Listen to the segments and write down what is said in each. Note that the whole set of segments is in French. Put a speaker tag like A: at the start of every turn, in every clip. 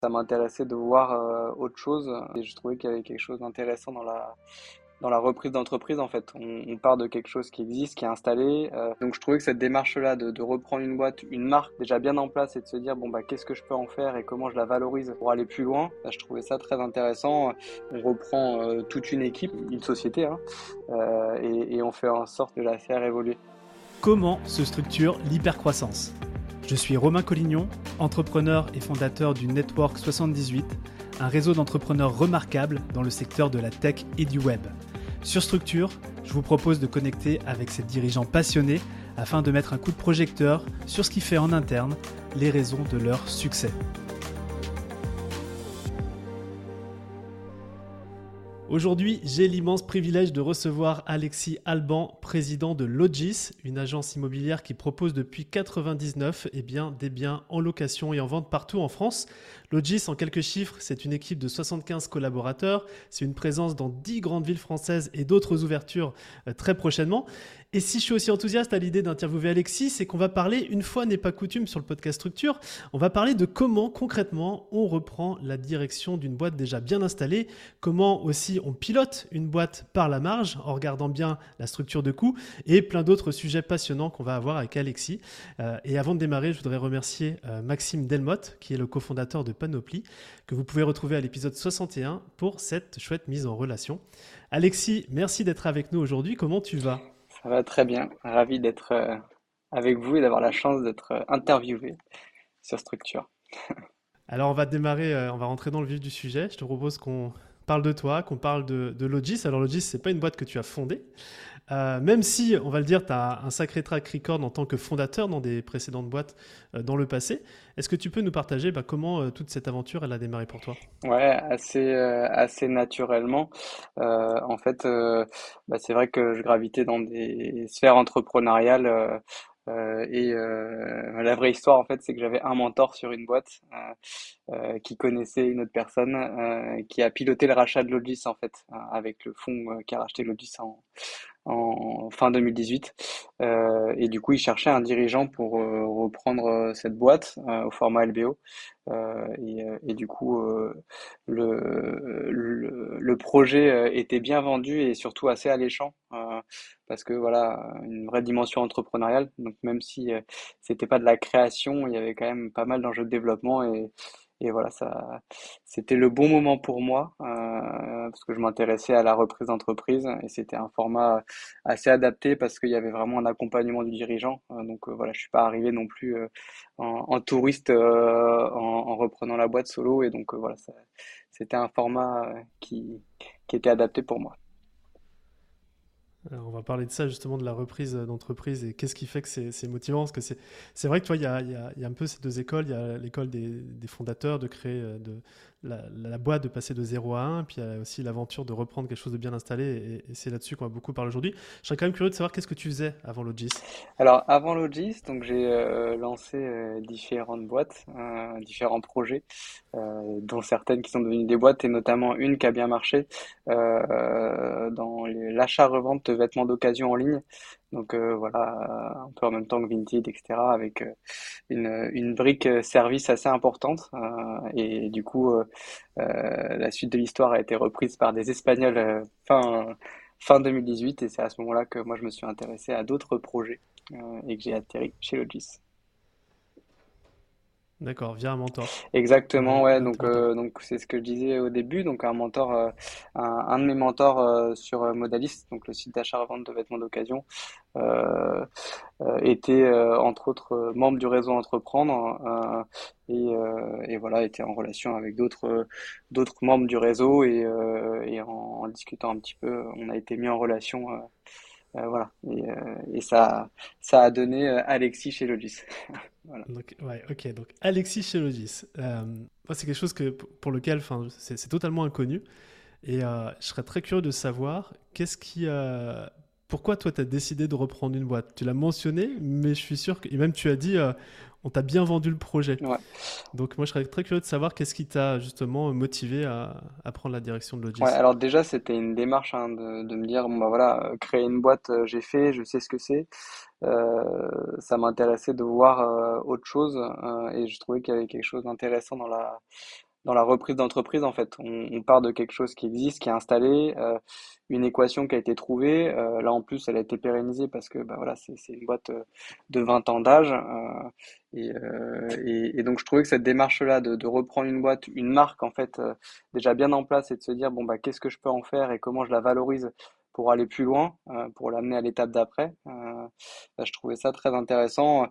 A: Ça m'intéressait de voir autre chose et je trouvais qu'il y avait quelque chose d'intéressant dans la reprise d'entreprise en fait. On part de quelque chose qui existe, qui est installé. Donc je trouvais que cette démarche-là de reprendre une boîte, une marque déjà bien en place et de se dire bon bah qu'est-ce que je peux en faire et comment je la valorise pour aller plus loin, bah, je trouvais ça très intéressant. On reprend toute une équipe, une société, hein, et on fait en sorte de la faire évoluer.
B: Comment se structure l'hypercroissance ? Je suis Romain Collignon, entrepreneur et fondateur du Network 78, un réseau d'entrepreneurs remarquables dans le secteur de la tech et du web. Sur Structure, je vous propose de connecter avec ces dirigeants passionnés afin de mettre un coup de projecteur sur ce qui fait en interne les raisons de leur succès. Aujourd'hui, j'ai l'immense privilège de recevoir Alexis Alban, président de Logis, une agence immobilière qui propose depuis 1999 des biens en location et en vente partout en France. Logis, en quelques chiffres, c'est une équipe de 75 collaborateurs, c'est une présence dans 10 grandes villes françaises et d'autres ouvertures très prochainement. Et si je suis aussi enthousiaste à l'idée d'interviewer Alexis, c'est qu'on va parler, une fois n'est pas coutume sur le podcast Structure, on va parler de comment concrètement on reprend la direction d'une boîte déjà bien installée, comment aussi on pilote une boîte par la marge en regardant bien la structure de coût et plein d'autres sujets passionnants qu'on va avoir avec Alexis. Et avant de démarrer, je voudrais remercier Maxime Delmotte, qui est le cofondateur de Panoply, que vous pouvez retrouver à l'épisode 61 pour cette chouette mise en relation. Alexis, merci d'être avec nous aujourd'hui. Comment tu vas ?
A: Ça va très bien, ravi d'être avec vous et d'avoir la chance d'être interviewé sur Structure.
B: Alors on va démarrer, on va rentrer dans le vif du sujet. Je te propose qu'on parle de toi, qu'on parle de Logis. Alors Logis, c'est pas une boîte que tu as fondée, même si, on va le dire, tu as un sacré track record en tant que fondateur dans des précédentes boîtes dans le passé. Est-ce que tu peux nous partager comment toute cette aventure elle a démarré pour toi ?
A: Ouais, assez naturellement. En fait, c'est vrai que je gravitais dans des sphères entrepreneuriales la vraie histoire, en fait, c'est que j'avais un mentor sur une boîte qui connaissait une autre personne qui a piloté le rachat de Logis, en fait, avec le fonds qui a racheté Logis en fin 2018. Et du coup, il cherchait un dirigeant pour reprendre cette boîte au format LBO. Et du coup, le projet était bien vendu et surtout assez alléchant parce que voilà, une vraie dimension entrepreneuriale. Donc même si c'était pas de la création, il y avait quand même pas mal d'enjeux de développement et voilà, ça, c'était le bon moment pour moi parce que je m'intéressais à la reprise d'entreprise et c'était un format assez adapté parce qu'il y avait vraiment un accompagnement du dirigeant. Donc voilà, je suis pas arrivé non plus en touriste en reprenant la boîte solo et donc voilà, c'était un format qui était adapté pour moi.
B: Alors, on va parler de ça justement, de la reprise d'entreprise et qu'est-ce qui fait que c'est motivant. Parce que c'est vrai que toi, il y a un peu ces deux écoles. Il y a l'école des fondateurs de créer la boîte, de passer de 0 à 1. Puis il y a aussi l'aventure de reprendre quelque chose de bien installé. Et c'est là-dessus qu'on va beaucoup parler aujourd'hui. Je serais quand même curieux de savoir qu'est-ce que tu faisais avant Logis.
A: Alors avant Logis, donc j'ai lancé différentes boîtes, différents projets, dont certaines qui sont devenues des boîtes et notamment une qui a bien marché dans l'achat-revente de vêtements d'occasion en ligne. Donc voilà, un peu en même temps que Vinted, etc. avec une brique service assez importante. Et du coup, la suite de l'histoire a été reprise par des Espagnols fin 2018 et c'est à ce moment-là que moi je me suis intéressé à d'autres projets et que j'ai atterri chez Logis.
B: D'accord, via un mentor.
A: Exactement, ouais.
B: Un de tes mentors.
A: Donc c'est ce que je disais au début. Donc un mentor, un de mes mentors sur Modalist, donc le site d'achat-revente de vêtements d'occasion, euh, était entre autres membre du réseau Entreprendre et voilà était en relation avec d'autres membres du réseau et en discutant un petit peu, on a été mis en relation. Voilà et ça a donné Alexis chez Logis. Voilà.
B: Donc, ouais, ok. Donc, Alexis chez Logis. Moi, c'est quelque chose pour lequel c'est totalement inconnu. Et je serais très curieux de savoir pourquoi toi, tu as décidé de reprendre une boîte. Tu l'as mentionné, mais je suis sûr que. Et même, tu as dit, on t'a bien vendu le projet.
A: Ouais.
B: Donc, moi, je serais très curieux de savoir qu'est-ce qui t'a justement motivé à prendre la direction de
A: Ouais,
B: Logis.
A: alors déjà, c'était une démarche hein, de me dire, bon bah voilà, créer une boîte, j'ai fait, je sais ce que c'est. Ça m'intéressait de voir autre chose et je trouvais qu'il y avait quelque chose d'intéressant dans la reprise d'entreprise, en fait. On part de quelque chose qui existe, qui est installé, une équation qui a été trouvée. Là, en plus, elle a été pérennisée parce que bah, voilà, c'est une boîte de 20 ans d'âge. Et donc, je trouvais que cette démarche-là de reprendre une boîte, une marque, en fait, déjà bien en place et de se dire, bon, bah, qu'est-ce que je peux en faire et comment je la valorise pour aller plus loin, pour l'amener à l'étape d'après. Bah, je trouvais ça très intéressant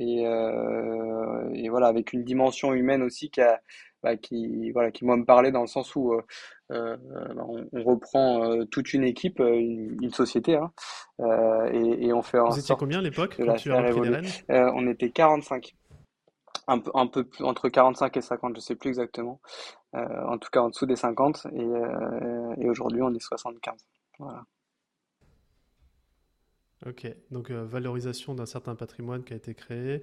A: et voilà, avec une dimension humaine aussi voilà, qui moi me parlait dans le sens où bah, on reprend toute une équipe, une société, hein, et on fait en
B: Vous étiez
A: sorte
B: combien à l'époque
A: de
B: quand
A: la
B: tu as
A: faire
B: repris les
A: évoluer.
B: rênes?
A: On était 45, un peu plus, entre 45 et 50, je sais plus exactement. En tout cas en dessous des 50, et aujourd'hui on est 75. Voilà.
B: Ok, donc valorisation d'un certain patrimoine qui a été créé,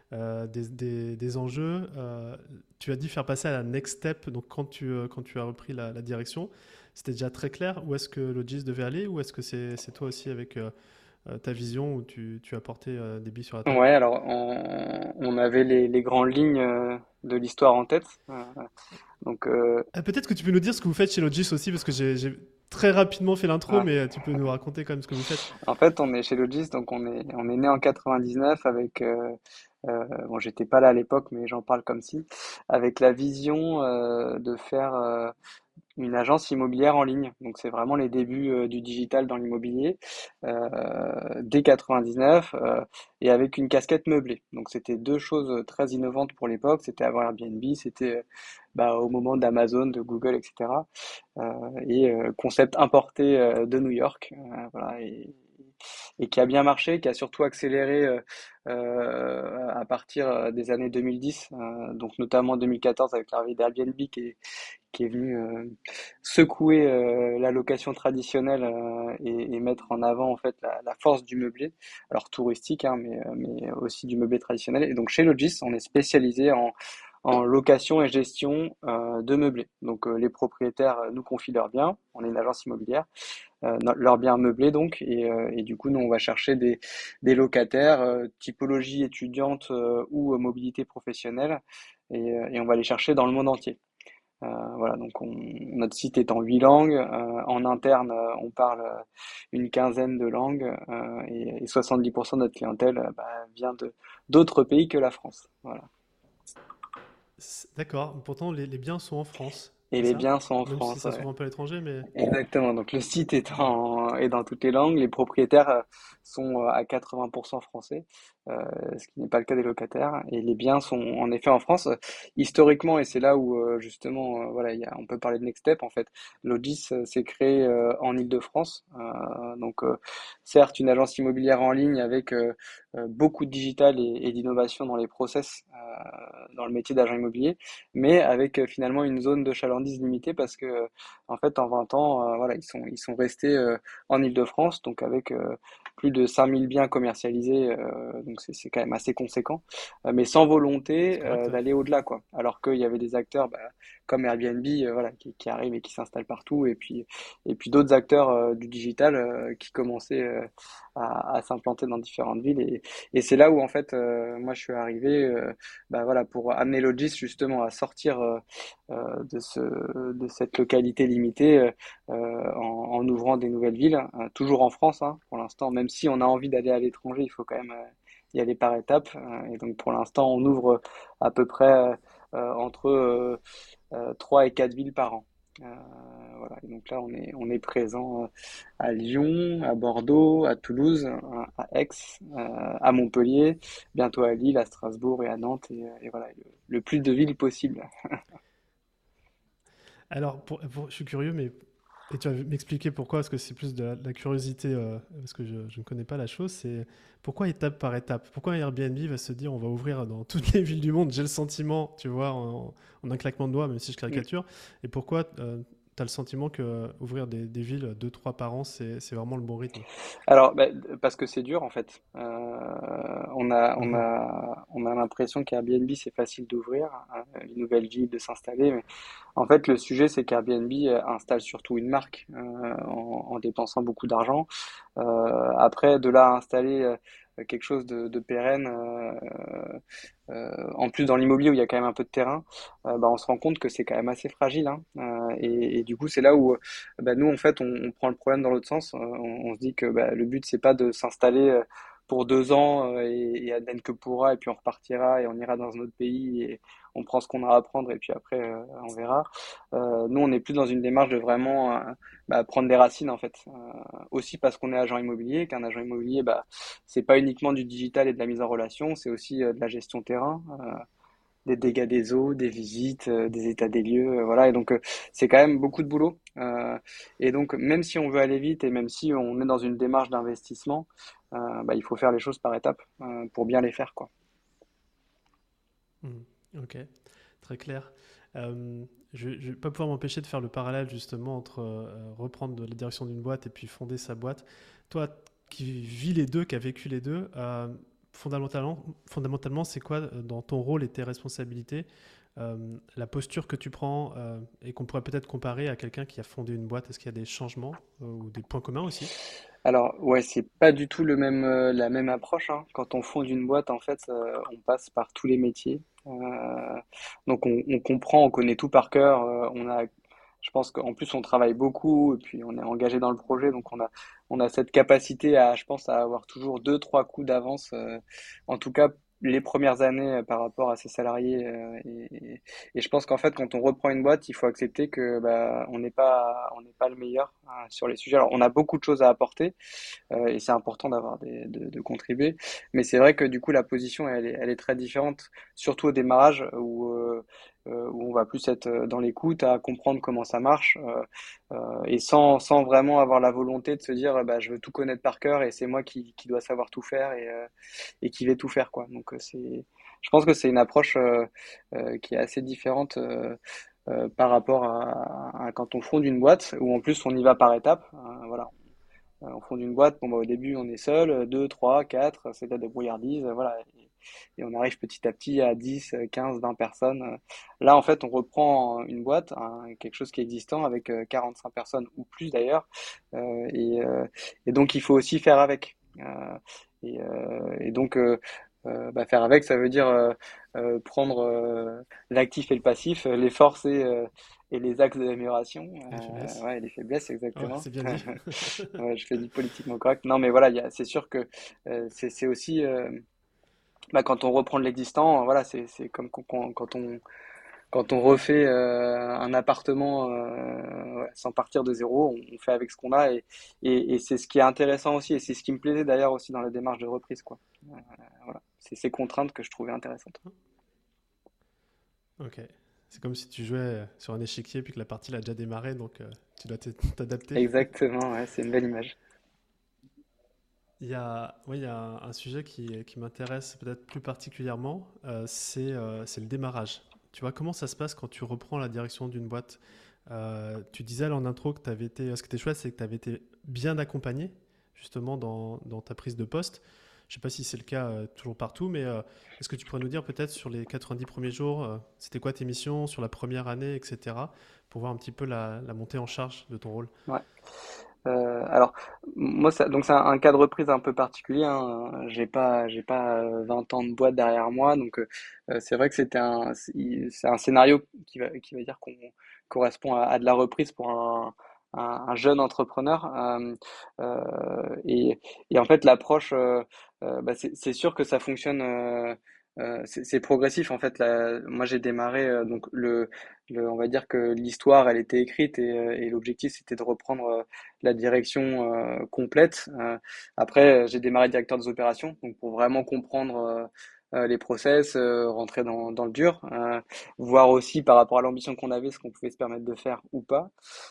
B: des enjeux. Tu as dit faire passer à la next step, donc quand tu as repris la direction, c'était déjà très clair où est-ce que Logis devait aller ou est-ce que c'est toi aussi avec ta vision où tu as porté des billes sur la table?
A: Ouais, alors on avait les grandes lignes de l'histoire en tête. Donc
B: Peut-être que tu peux nous dire ce que vous faites chez Logis aussi, parce que j'ai très rapidement fait l'intro,
A: ouais.
B: mais tu peux nous raconter quand même ce que vous faites.
A: En fait, on est chez Logis, donc on est né en 99 avec bon, j'étais pas là à l'époque, mais j'en parle comme si, avec la vision de faire une agence immobilière en ligne. Donc c'est vraiment les débuts du digital dans l'immobilier dès 99 et avec une casquette meublée. Donc c'était deux choses très innovantes pour l'époque. C'était avant Airbnb, c'était bah, au moment d'Amazon, de Google, etc. Concept importé de New York, voilà, et qui a bien marché, qui a surtout accéléré à partir des années 2010, donc notamment 2014 avec l'arrivée d'Airbnb qui est venu secouer la location traditionnelle et mettre en avant en fait la force du meublé, alors touristique, hein, mais aussi du meublé traditionnel. Et donc chez Logis, on est spécialisé en location et gestion de meublés. Donc les propriétaires nous confient leurs biens, on est une agence immobilière, leurs biens meublés donc, et du coup nous on va chercher des locataires, typologie étudiante ou mobilité professionnelle, et on va les chercher dans le monde entier. Voilà, donc notre site est en 8 langues. En interne, on parle une quinzaine de langues et 70% de notre clientèle bah, vient de d'autres pays que la France. Voilà.
B: D'accord, pourtant les biens sont en France,
A: Et
B: c'est
A: les
B: ça?
A: biens sont en
B: Même si
A: France.
B: ça
A: Ouais.
B: s'ouvre un peu à l'étranger, mais...
A: Exactement. Donc le site est dans toutes les langues. Les propriétaires sont à 80% français, ce qui n'est pas le cas des locataires. Et les biens sont en effet en France. Historiquement, et c'est là où justement, voilà, on peut parler de Next Step en fait. Logis s'est créé en Île-de-France. Donc certes une agence immobilière en ligne avec beaucoup de digital et d'innovation dans les process, dans le métier d'agent immobilier, mais avec finalement une zone de chalandise limitée parce que en fait, en 20 ans, voilà, ils sont restés en Île-de-France, donc avec plus de 5000 biens commercialisés, donc c'est quand même assez conséquent, mais sans
B: C'est
A: volonté
B: correct, ouais.
A: d'aller au-delà, quoi. Alors qu'il y avait des acteurs bah, comme Airbnb, voilà, qui arrivent et qui s'installent partout, et puis d'autres acteurs du digital qui commençaient à s'implanter dans différentes villes, et c'est là où en fait, moi je suis arrivé, bah, voilà, pour amener Logis justement à sortir de cette localité limitée en ouvrant des nouvelles villes, toujours en France hein, pour l'instant, même si on a envie d'aller à l'étranger, il faut quand même y aller par étapes. Et donc pour l'instant, on ouvre à peu près entre 3 et 4 villes par an. Euh, voilà. Et donc là, on est présent à Lyon, à Bordeaux, à Toulouse, à Aix, à Montpellier, bientôt à Lille, à Strasbourg et à Nantes, et voilà, le plus de villes possible.
B: Alors, je suis curieux, mais et tu vas m'expliquer pourquoi, parce que c'est plus de la curiosité, parce que je ne connais pas la chose, c'est pourquoi étape par étape? Pourquoi Airbnb va se dire on va ouvrir dans toutes les villes du monde? J'ai le sentiment, tu vois, en un claquement de doigts, même si je caricature. Et pourquoi tu as le sentiment que ouvrir des villes, deux, trois par an, c'est vraiment le bon rythme?
A: Alors, bah, parce que c'est dur en fait.
B: Mhm.
A: On a l'impression qu'Airbnb c'est facile d'ouvrir une nouvelle ville, de s'installer, mais en fait le sujet c'est qu'Airbnb installe surtout une marque en dépensant beaucoup d'argent. Après, de là à installer quelque chose de pérenne. En plus, dans l'immobilier où il y a quand même un peu de terrain, bah, on se rend compte que c'est quand même assez fragile, hein. Et du coup, c'est là où bah, nous, en fait, on prend le problème dans l'autre sens. On se dit que bah, le but, c'est pas de s'installer pour 2 ans et advienne que pourra, et puis on repartira et on ira dans un autre pays et on prend ce qu'on a à apprendre et puis après on verra. Nous, on est plus dans une démarche de vraiment bah, prendre des racines en fait. Aussi parce qu'on est agent immobilier, qu'un agent immobilier, bah, c'est pas uniquement du digital et de la mise en relation, c'est aussi de la gestion terrain, des dégâts des eaux, des visites, des états des lieux, voilà. Et donc c'est quand même beaucoup de boulot. Et donc même si on veut aller vite et même si on est dans une démarche d'investissement, bah, il faut faire les choses par étapes pour bien les faire, quoi.
B: Mhm. Ok, très clair. Je ne vais pas pouvoir m'empêcher de faire le parallèle justement entre reprendre la direction d'une boîte et puis fonder sa boîte. Toi qui vis les deux, qui a vécu les deux, fondamentalement c'est quoi dans ton rôle et tes responsabilités, la posture que tu prends et qu'on pourrait peut-être comparer à quelqu'un qui a fondé une boîte? Est-ce qu'il y a des changements ou des points communs aussi?
A: Alors ouais, c'est pas du tout la même approche, hein. Quand on fonde une boîte, en fait, on passe par tous les métiers. Donc on comprend, on connaît tout par cœur. Je pense qu'en plus on travaille beaucoup et puis on est engagé dans le projet, donc on a cette capacité à, je pense, à avoir toujours deux, trois coups d'avance. En tout cas, les premières années par rapport à ses salariés. Et je pense qu'en fait, quand on reprend une boîte, il faut accepter que bah, on n'est pas le meilleur sur les sujets. Alors on a beaucoup de choses à apporter et c'est important de contribuer. Mais c'est vrai que du coup, la position, elle est très différente, surtout au démarrage où on va plus être dans l'écoute, à comprendre comment ça marche et sans vraiment avoir la volonté de se dire bah, je veux tout connaître par cœur et c'est moi qui dois savoir tout faire et qui vais tout faire, quoi. Donc, je pense que c'est une approche qui est assez différente. Par rapport à quand on fonde une boîte, où en plus on y va par étapes. Voilà, on fonde une boîte, bon, bah, au début on est seul, 2, 3, 4, c'est de la débrouillardise, voilà. Et on arrive petit à petit à 10, 15, 20 personnes. Là, en fait, on reprend une boîte, quelque chose qui est existant avec 45 personnes ou plus d'ailleurs. Et donc, il faut aussi faire avec. Et donc, bah, faire avec, ça veut dire prendre l'actif et le passif, les forces et les axes d'amélioration,
B: Et les faiblesses?
A: ouais, et les faiblesses,
B: Ouais,
A: exactement.
B: c'est bien dit.
A: Ouais, je fais du politiquement correct. Non, mais voilà, c'est sûr que c'est aussi, bah, quand on reprend de l'existant, voilà, c'est comme quand on refait un appartement ouais, sans partir de zéro, on fait avec ce qu'on a et c'est ce qui est intéressant aussi et c'est ce qui me plaisait d'ailleurs aussi dans la démarche de reprise, quoi. Voilà, c'est ces contraintes que je trouvais intéressantes.
B: Ok. C'est comme si tu jouais sur un échiquier puis que la partie l'a déjà démarré, donc tu dois t'adapter.
A: Exactement, ouais, c'est une belle image.
B: Oui, il y a un sujet qui m'intéresse peut-être plus particulièrement, c'est le démarrage. Tu vois, comment ça se passe quand tu reprends la direction d'une boîte? Tu disais là en intro que tu avais été, ce qui était chouette, c'est que tu avais été bien accompagné justement dans ta prise de poste. Je ne sais pas si c'est le cas toujours partout, mais est-ce que tu pourrais nous dire peut-être sur les 90 premiers jours, c'était quoi tes missions, sur la première année, etc., pour voir un petit peu la montée en charge de ton rôle?
A: Ouais. Alors, moi, donc c'est un cas de reprise un peu particulier, hein. J'ai pas 20 ans de boîte derrière moi, donc c'est vrai que c'est un scénario qui va dire qu'on correspond à de la reprise pour un jeune entrepreneur. Et en fait, l'approche, bah, c'est sûr que ça fonctionne. C'est progressif en fait. Moi, j'ai démarré donc on va dire que l'histoire, elle était écrite et l'objectif, c'était de reprendre la direction complète. Après, j'ai démarré directeur des opérations, donc pour vraiment comprendre les process, rentrer dans le dur, voir aussi par rapport à l'ambition qu'on avait, ce qu'on pouvait se permettre de faire ou pas.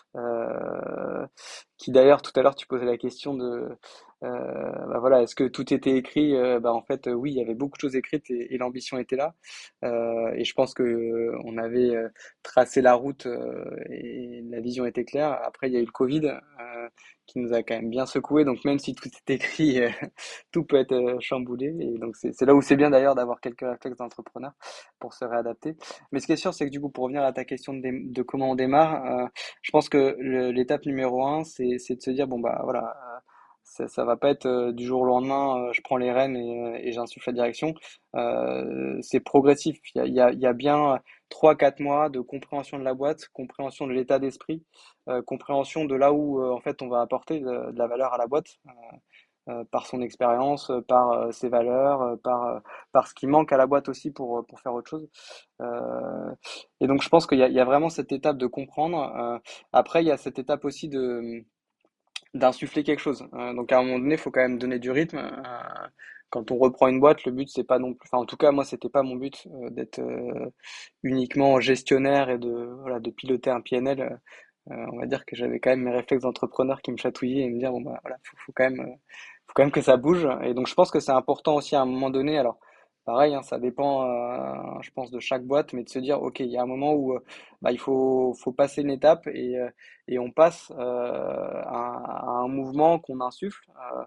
A: Qui d'ailleurs, tout à l'heure, tu posais la question bah voilà, est-ce que tout était écrit? Bah en fait, oui, il y avait beaucoup de choses écrites et l'ambition était là. Et je pense que on avait tracé la route et la vision était claire. Après, il y a eu le Covid qui nous a quand même bien secoué. Donc même si tout est écrit, tout peut être chamboulé. Et donc c'est là où c'est bien d'ailleurs d'avoir quelques réflexes d'entrepreneur pour se réadapter. Mais ce qui est sûr, c'est que du coup, pour revenir à ta question de comment on démarre, je pense que l'étape numéro un, c'est de se dire, bon, bah voilà, ça va pas être du jour au lendemain, je prends les rênes et j'insuffle la direction. C'est progressif. Il y a bien 3 4 mois de compréhension de la boîte, compréhension de l'état d'esprit, compréhension de là où en fait on va apporter de la valeur à la boîte par son expérience, par ses valeurs, par ce qui manque à la boîte aussi pour faire autre chose. Euh, et donc je pense qu'il y a vraiment cette étape de comprendre. Après, il y a cette étape aussi d'insuffler quelque chose. Donc à un moment donné, il faut quand même donner du rythme. Quand on reprend une boîte, le but c'est pas non plus, enfin en tout cas moi c'était pas mon but d'être uniquement gestionnaire et de piloter un PNL. On va dire que j'avais quand même mes réflexes d'entrepreneur qui me chatouillaient et me dire bon bah voilà, faut quand même que ça bouge. Et donc je pense que c'est important aussi à un moment donné. Alors pareil, hein, ça dépend, je pense de chaque boîte, mais de se dire ok, il y a un moment où bah, faut passer une étape et on passe à un mouvement qu'on insuffle.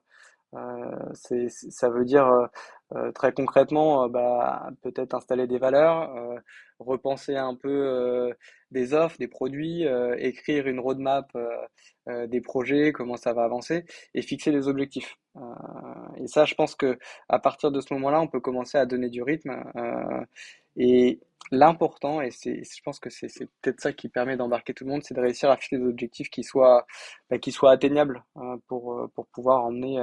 A: Ça veut dire très concrètement bah, peut-être installer des valeurs, repenser un peu des offres, des produits, écrire une roadmap des projets, comment ça va avancer et fixer des objectifs. Et ça, je pense que à partir de ce moment-là, on peut commencer à donner du rythme. Et l'important, et je pense que c'est peut-être ça qui permet d'embarquer tout le monde, c'est de réussir à fixer des objectifs qui soient atteignables pour pouvoir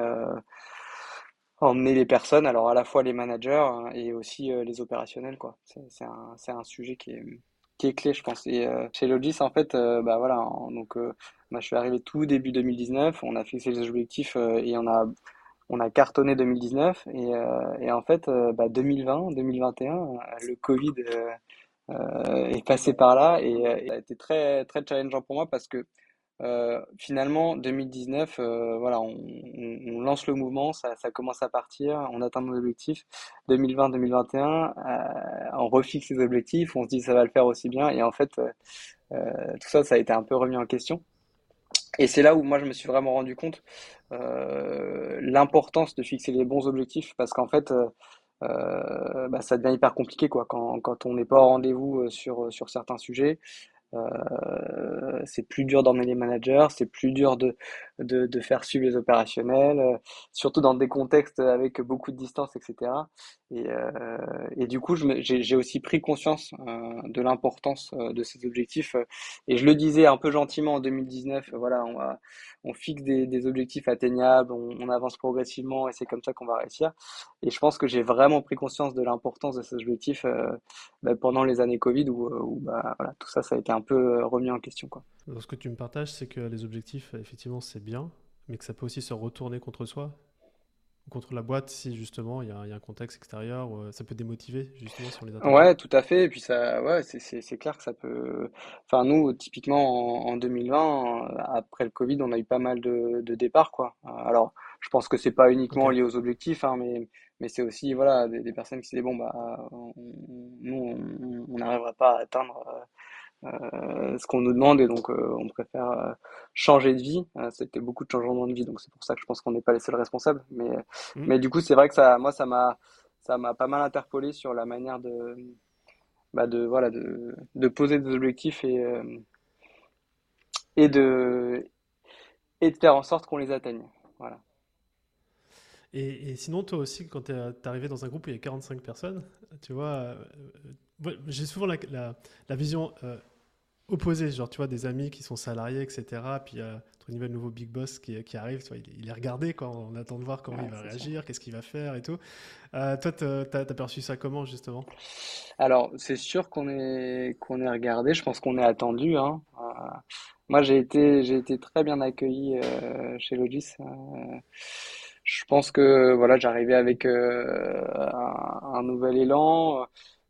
A: emmener les personnes, alors à la fois les managers et aussi les opérationnels, quoi. C'est un sujet qui est clé, je pense. Et chez Logis, en fait, bah voilà, donc moi, je suis arrivé tout début 2019, on a fixé les objectifs et on a cartonné 2019 et en fait, bah, 2020, 2021, le Covid est passé par là et ça a été très très challengeant pour moi parce que finalement, 2019, voilà, on lance le mouvement, ça commence à partir, on atteint nos objectifs. 2020, 2021, on refixe les objectifs, on se dit ça va le faire aussi bien, et en fait, tout ça, ça a été un peu remis en question. Et c'est là où moi je me suis vraiment rendu compte l'importance de fixer les bons objectifs, parce qu'en fait, bah, ça devient hyper compliqué quoi, quand on n'est pas au rendez-vous sur certains sujets. C'est plus dur d'emmener les managers, c'est plus dur de faire suivre les opérationnels, surtout dans des contextes avec beaucoup de distance, etc. Et du coup, j'ai aussi pris conscience de l'importance de ces objectifs. Et je le disais un peu gentiment en 2019, voilà, on fixe des objectifs atteignables, on avance progressivement et c'est comme ça qu'on va réussir. Et je pense que j'ai vraiment pris conscience de l'importance de ces objectifs bah, pendant les années Covid où bah, voilà, tout ça, ça a été un peu remis en question, quoi.
B: Alors, ce que tu me partages, c'est que les objectifs, effectivement, c'est bien, mais que ça peut aussi se retourner contre soi, ou contre la boîte, si justement il y a un contexte extérieur, où, ça peut démotiver, justement, si on les atteint pas.
A: Ouais, tout à fait. Et puis ça, ouais, c'est clair que ça peut. Enfin, nous, typiquement en 2020, après le Covid, on a eu pas mal de départs, quoi. Alors, je pense que c'est pas
B: Ok.
A: uniquement lié aux objectifs, hein, mais c'est aussi, voilà, des personnes qui se disent bon bah, nous, on n'arrivera pas à atteindre ce qu'on nous demande et donc on préfère changer de vie. C'était beaucoup de changements de vie, donc c'est pour ça que je pense qu'on n'est pas les seuls responsables.
B: Hmm.
A: Mais du coup, c'est vrai que ça m'a pas mal interpellé sur la manière voilà, de poser des objectifs et de, et de faire en sorte qu'on les atteigne. Voilà.
B: Et sinon, toi aussi, quand tu es arrivé dans un groupe où il y a 45 personnes, tu vois, ouais, j'ai souvent la vision opposée, genre, tu vois, des amis qui sont salariés, etc. Puis il y a entre guillemets, le nouveau big boss qui arrive, tu vois, il est regardé quand on attend de voir comment il
A: Ouais,
B: va
A: c'est sûr.
B: réagir, qu'est-ce qu'il va faire et tout. Toi, t'as perçu ça comment, justement?
A: Alors, c'est sûr qu'on est regardé. Je pense qu'on est attendu, hein. Moi, j'ai été très bien accueilli chez Logis. Je pense que voilà, j'arrivais avec un nouvel élan,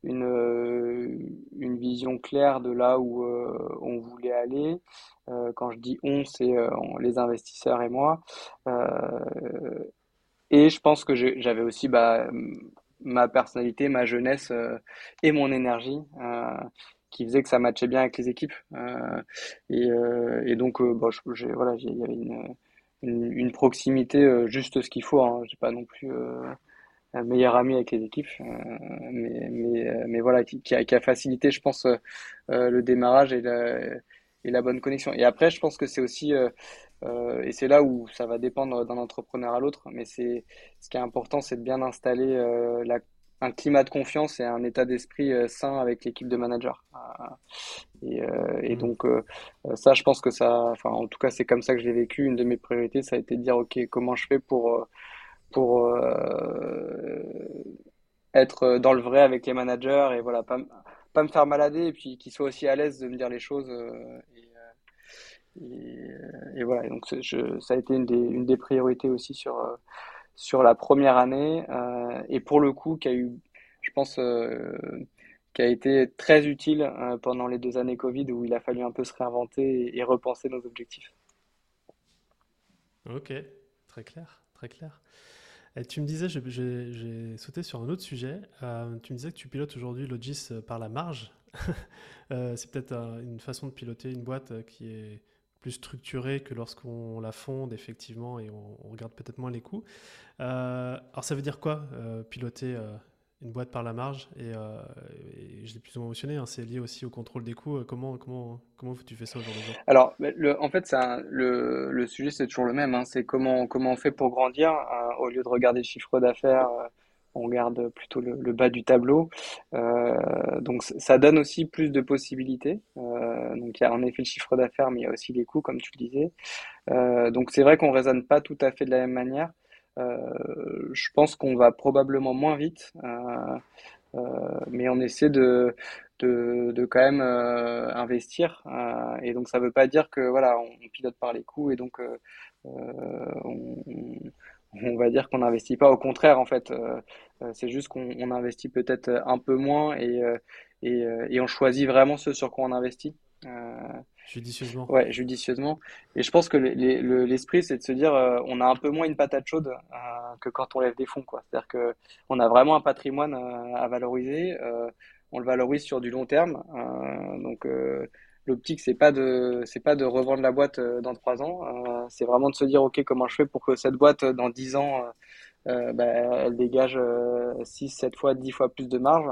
A: une vision claire de là où on voulait aller. Quand je dis on, c'est les investisseurs et moi. Euh, et je pense que j'avais aussi bah, ma personnalité, ma jeunesse et mon énergie qui faisait que ça matchait bien avec les équipes. Et donc, bah, voilà, il y avait une proximité, juste ce qu'il faut. Hein. J'ai pas non plus un meilleur ami avec les équipes, mais voilà, qui a facilité, je pense, le démarrage et la bonne connexion. Et après, je pense que c'est aussi, et c'est là où ça va dépendre d'un entrepreneur à l'autre, mais ce qui est important, c'est de bien installer un climat de confiance et un état d'esprit sain avec l'équipe de managers. Et
B: Hmm.
A: donc, ça, je pense que ça, enfin, en tout cas, c'est comme ça que je l'ai vécu. Une de mes priorités, ça a été de dire, OK, comment je fais pour être dans le vrai avec les managers et voilà, pas me faire malader et puis qu'ils soient aussi à l'aise de me dire les choses. Et voilà, et donc ça a été une des priorités aussi sur la première année et pour le coup, qui a eu, je pense, qui a été très utile pendant les 2 années Covid où il a fallu un peu se réinventer et repenser nos objectifs.
B: Ok, très clair, très clair. Et tu me disais, j'ai sauté sur un autre sujet. Tu me disais que tu pilotes aujourd'hui Logis par la marge. C'est peut-être une façon de piloter une boîte qui est plus structurée que lorsqu'on la fonde, effectivement, et on regarde peut-être moins les coûts. Alors, ça veut dire quoi, piloter une boîte par la marge et je l'ai plus ou moins mentionné, hein, c'est lié aussi au contrôle des coûts. Comment tu fais ça au jour le jour?
A: Alors, en fait, le sujet, c'est toujours le même, hein, c'est comment on fait pour grandir. Au lieu de regarder le chiffre d'affaires, on regarde plutôt le bas du tableau. Donc, ça donne aussi plus de possibilités. Donc, il y a en effet le chiffre d'affaires, mais il y a aussi les coûts, comme tu le disais. Donc, c'est vrai qu'on raisonne pas tout à fait de la même manière. Je pense qu'on va probablement moins vite. Mais on essaie de quand même investir. Et donc ça veut pas dire que voilà, on pilote par les coûts et donc on, on va dire qu'on n'investit pas. Au contraire, en fait, c'est juste qu'on investit peut-être un peu moins et on choisit vraiment ce sur quoi on investit. Euh,
B: Judicieusement.
A: Ouais, judicieusement. Et je pense que l'esprit, c'est de se dire, on a un peu moins une patate chaude que quand on lève des fonds, quoi. C'est-à-dire que on a vraiment un patrimoine à valoriser. On le valorise sur du long terme. Donc l'optique, c'est pas de revendre la boîte dans 3 ans. C'est vraiment de se dire, ok, comment je fais pour que cette boîte dans 10 ans bah, elle dégage 6, 7 fois, 10 fois plus de marge.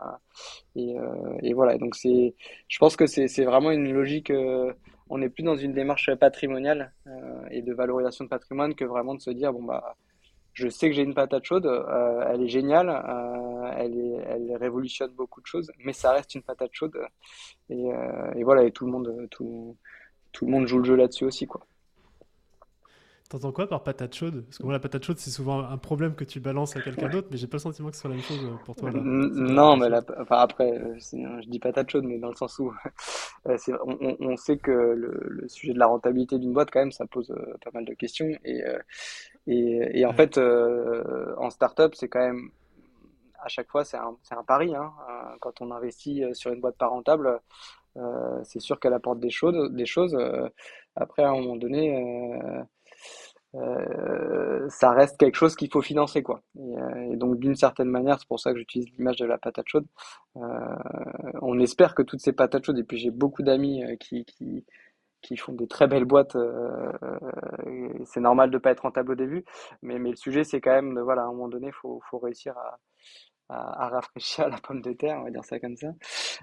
A: Et voilà, donc je pense que c'est vraiment une logique. On n'est plus dans une démarche patrimoniale et de valorisation de patrimoine que vraiment de se dire bon bah je sais que j'ai une patate chaude, elle est géniale, elle révolutionne beaucoup de choses, mais ça reste une patate chaude et voilà et tout le monde joue le jeu là-dessus aussi quoi.
B: T'entends quoi par patate chaude? Parce que moi, la patate chaude, c'est souvent un problème que tu balances à quelqu'un d'autre, mais j'ai pas le sentiment que ce soit la même chose pour toi, là. C'est quoi la
A: Non,
B: patate
A: mais
B: chaude?
A: enfin après, je dis patate chaude, mais dans le sens où on sait que le sujet de la rentabilité d'une boîte, quand même, ça pose pas mal de questions. Et en
B: Ouais.
A: fait, en startup, c'est quand même, à chaque fois, c'est un pari, hein. Quand on investit sur une boîte pas rentable, c'est sûr qu'elle apporte des choses. Après, à un moment donné, ça reste quelque chose qu'il faut financer, quoi. Et donc, d'une certaine manière, c'est pour ça que j'utilise l'image de la patate chaude. Euh, on espère que toutes ces patates chaudes, et puis j'ai beaucoup d'amis qui font des très belles boîtes. Et c'est normal de pas être rentable au début, mais le sujet, c'est quand même de, voilà, à un moment donné, faut réussir à rafraîchir la pomme de terre, on va dire ça comme ça.